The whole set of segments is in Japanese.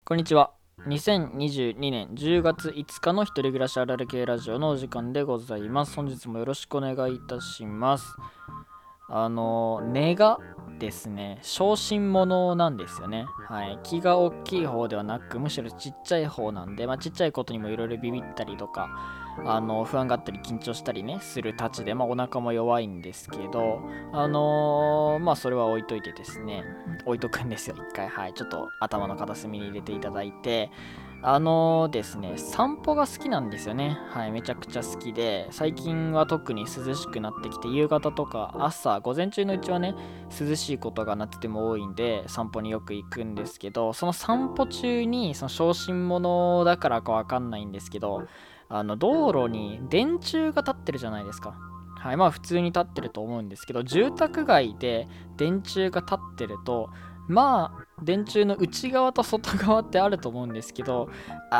こんにちは。2022年10月5日の一人暮らしあるある系ラジオのお時間でございます。本日もよろしくお願いいたします。根がですね、小心者なんですよね。はい。気が大きい方ではなく、むしろちっちゃい方なんで、ちっちゃいことにもいろいろビビったりとか、不安があったり緊張したりね、するたちで、お腹も弱いんですけど、それは置いといてですね、置いとくんですよ、一回。はい。ちょっと頭の片隅に入れていただいて、ですね、散歩が好きなんですよね。はい、めちゃくちゃ好きで、最近は特に涼しくなってきて、夕方とか朝、午前中のうちはね、涼しいことがなってても多いんで、散歩によく行くんですけど、その散歩中に、その小心者だからかわかんないんですけど、道路に電柱が立ってるじゃないですか。はい、普通に立ってると思うんですけど、住宅街で電柱が立ってると、電柱の内側と外側ってあると思うんですけど、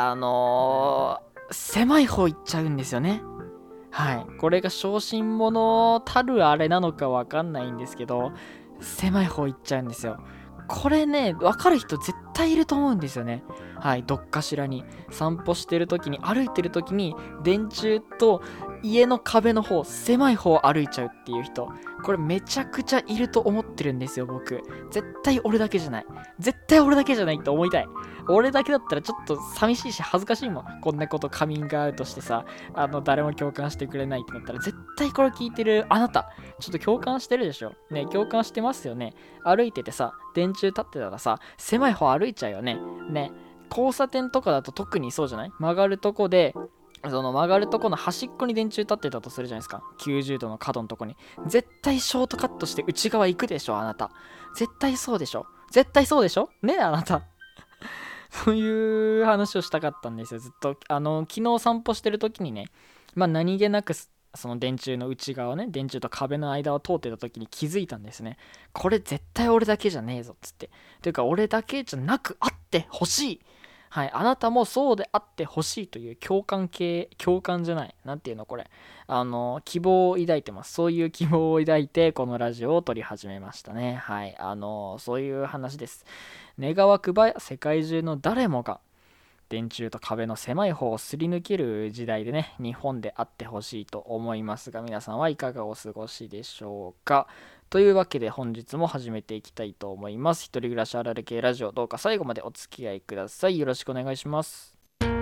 狭い方行っちゃうんですよね。はい。これが小心者たるあれなのかわかんないんですけど、狭い方行っちゃうんですよ。これね、わかる人絶対いると思うんですよね。はい。どっかしらに散歩してる時に、歩いてる時に、電柱と家の壁の方、狭い方を歩いちゃうっていう人。これめちゃくちゃいると思ってるんですよ、僕。絶対俺だけじゃない。絶対俺だけじゃないって思いたい。俺だけだったらちょっと寂しいし恥ずかしいもん。こんなことカミングアウトしてさ、誰も共感してくれないってなったら、絶対これ聞いてるあなた、ちょっと共感してるでしょ。ね、共感してますよね。歩いててさ、電柱立ってたらさ、狭い方歩いちゃうよね。ね、交差点とかだと特にそうじゃない？曲がるとこで、その曲がるとこの端っこに電柱立ってたとするじゃないですか。90度の角のとこに。絶対ショートカットして内側行くでしょ、あなた。絶対そうでしょ。絶対そうでしょね、あなた。そういう話をしたかったんですよ、ずっと。昨日散歩してる時にね、何気なくその電柱の内側ね、電柱と壁の間を通ってた時に気づいたんですね。これ絶対俺だけじゃねえぞ、つって。というか、俺だけじゃなくあってほしい。はい、あなたもそうであってほしいという共感じゃない。なんていうのこれ。希望を抱いてます。そういう希望を抱いて、このラジオを撮り始めましたね。はい、そういう話です。願わくば世界中の誰もが電柱と壁の狭い方をすり抜ける時代でね、日本であってほしいと思いますが、皆さんはいかがお過ごしでしょうか。というわけで本日も始めていきたいと思います。一人暮らしあるある系ラジオ、どうか最後までお付き合いください。よろしくお願いします。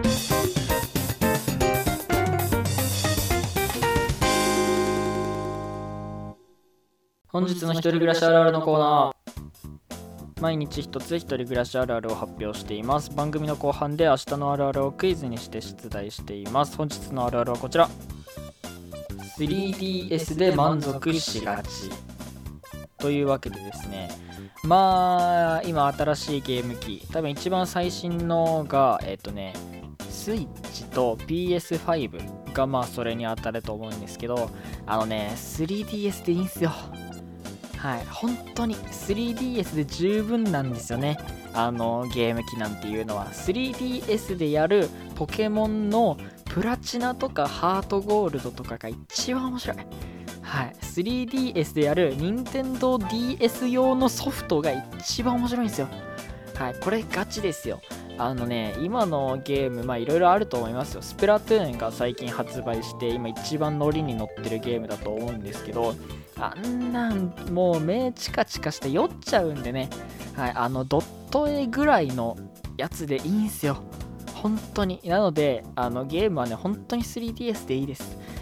本日の一人暮らしあるあるのコーナー。毎日一つ一人暮らしあるあるを発表しています。番組の後半で明日のあるあるをクイズにして出題しています。本日のあるあるはこちら。3DS で満足しがち。というわけでですね、今新しいゲーム機、多分一番最新のがスイッチと PS5 がそれに当たると思うんですけど、3DS でいいんすよ。はい、本当に 3DS で十分なんですよね。ゲーム機なんていうのは 3DS でやるポケモンのプラチナとかハートゴールドとかが一番面白い。はい、3DS でやる任天堂 DS 用のソフトが一番面白いんですよ。はい、これガチですよ。今のゲームいろいろあると思いますよ。スプラトゥーンが最近発売して今一番ノリに乗ってるゲームだと思うんですけど、あんなんもう目チカチカして酔っちゃうんでね、はい、ドット絵ぐらいのやつでいいんすよ、本当に。なのでゲームはね本当に 3DS でいいです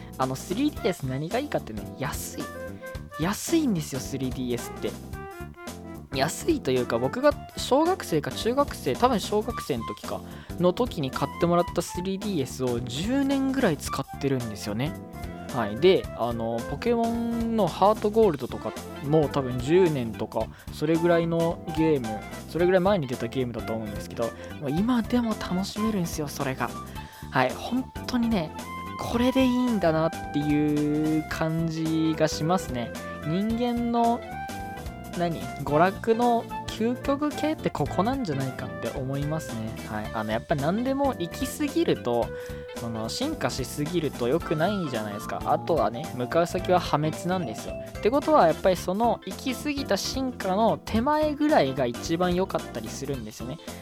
。3DS 何がいいかってね、安いんですよ。 3DS って安いというか、僕が小学生か中学生、多分小学生の時に買ってもらった 3DS を10年ぐらい使ってるんですよね。はい。で、ポケモンのハートゴールドとかも多分10年とか、それぐらいのゲーム、それぐらい前に出たゲームだと思うんですけど、もう今でも楽しめるんですよ、それが。はい。本当にね、これでいいんだなっていう感じがしますね。人間の娯楽の究極系ってここなんじゃないかって思いますね。はい。やっぱ何でも行き過ぎると、進化しすぎると良くないじゃないですか。あとはね、向かう先は破滅なんですよ。ってことはやっぱりその行き過ぎた進化の手前ぐらいが一番良かったりするんですよね。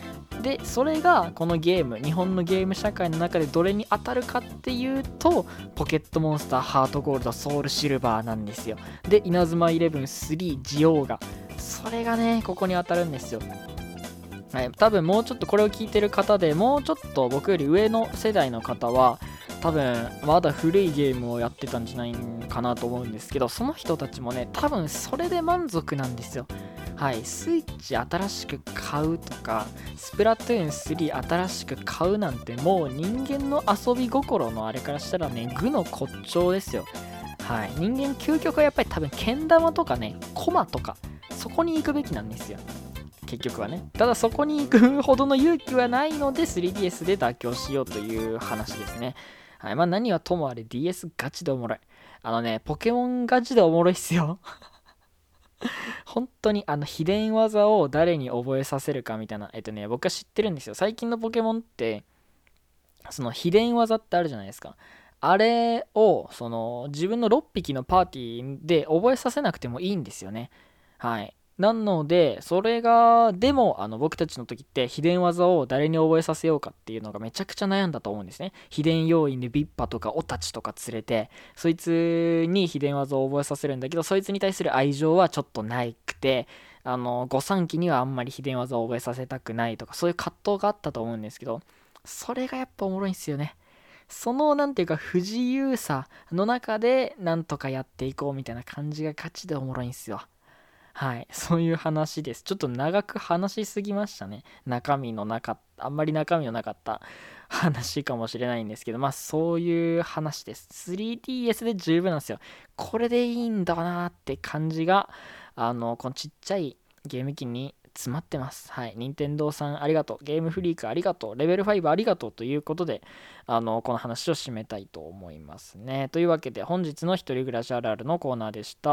でそれがこのゲーム、日本のゲーム社会の中でどれに当たるかっていうと、ポケットモンスターハートゴールドソウルシルバーなんですよ。で稲妻イレブン3ジオウガ、それがねここに当たるんですよ。はい、多分もうちょっとこれを聞いてる方でもうちょっと僕より上の世代の方は多分まだ古いゲームをやってたんじゃないかなと思うんですけど、その人たちもね多分それで満足なんですよ。はい、スイッチ新しく買うとかスプラトゥーン3新しく買うなんてもう人間の遊び心のあれからしたらね愚の骨頂ですよ。はい、人間究極はやっぱり多分けん玉とかねコマとかそこに行くべきなんですよ結局はね。ただそこに行くほどの勇気はないので 3DS で妥協しようという話ですね。はい、まあ何はともあれ DS ガチでおもろい。ポケモンガチでおもろいっすよ本当に秘伝技を誰に覚えさせるかみたいな僕は知ってるんですよ。最近のポケモンってその秘伝技ってあるじゃないですか。あれをその自分の6匹のパーティーで覚えさせなくてもいいんですよね。はい。なので、それが、でも、僕たちの時って、秘伝技を誰に覚えさせようかっていうのがめちゃくちゃ悩んだと思うんですね。秘伝要員でビッパとかオタチとか連れて、そいつに秘伝技を覚えさせるんだけど、そいつに対する愛情はちょっとないくて、御三家にはあんまり秘伝技を覚えさせたくないとか、そういう葛藤があったと思うんですけど、それがやっぱおもろいんですよね。そのなんていうか不自由さの中でなんとかやっていこうみたいな感じがガチでおもろいんですよ。はい、そういう話です。ちょっと長く話しすぎましたね。あんまり中身のなかった話かもしれないんですけど、まあそういう話です。3DS で十分なんですよ。これでいいんだなって感じが、このちっちゃいゲーム機に詰まってます。はい。任天堂さんありがとう。ゲームフリークありがとう。レベル5ありがとうということで、この話を締めたいと思いますね。というわけで、本日の一人暮らしあるあるのコーナーでした。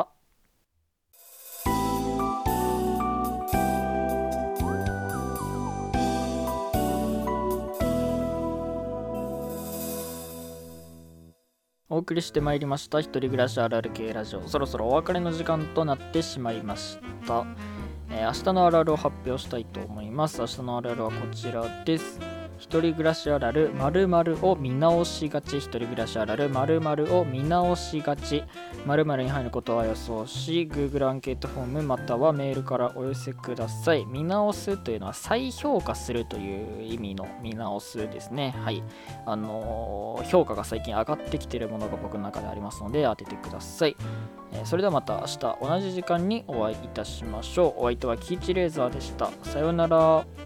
お送りしてまいりました一人暮らしあるある系ラジオ、そろそろお別れの時間となってしまいました。明日のあるあるを発表したいと思います。明日のあるあるはこちらです。一人暮らしあるある〇〇を見直しがち。一人暮らしあるある〇〇を見直しがち。〇〇に入ることは予想し Google アンケートフォームまたはメールからお寄せください。見直すというのは再評価するという意味の見直すですね。はい。評価が最近上がってきているものが僕の中でありますので当ててください。それではまた明日同じ時間にお会いいたしましょう。お相手はキーチレーザーでした。さようなら。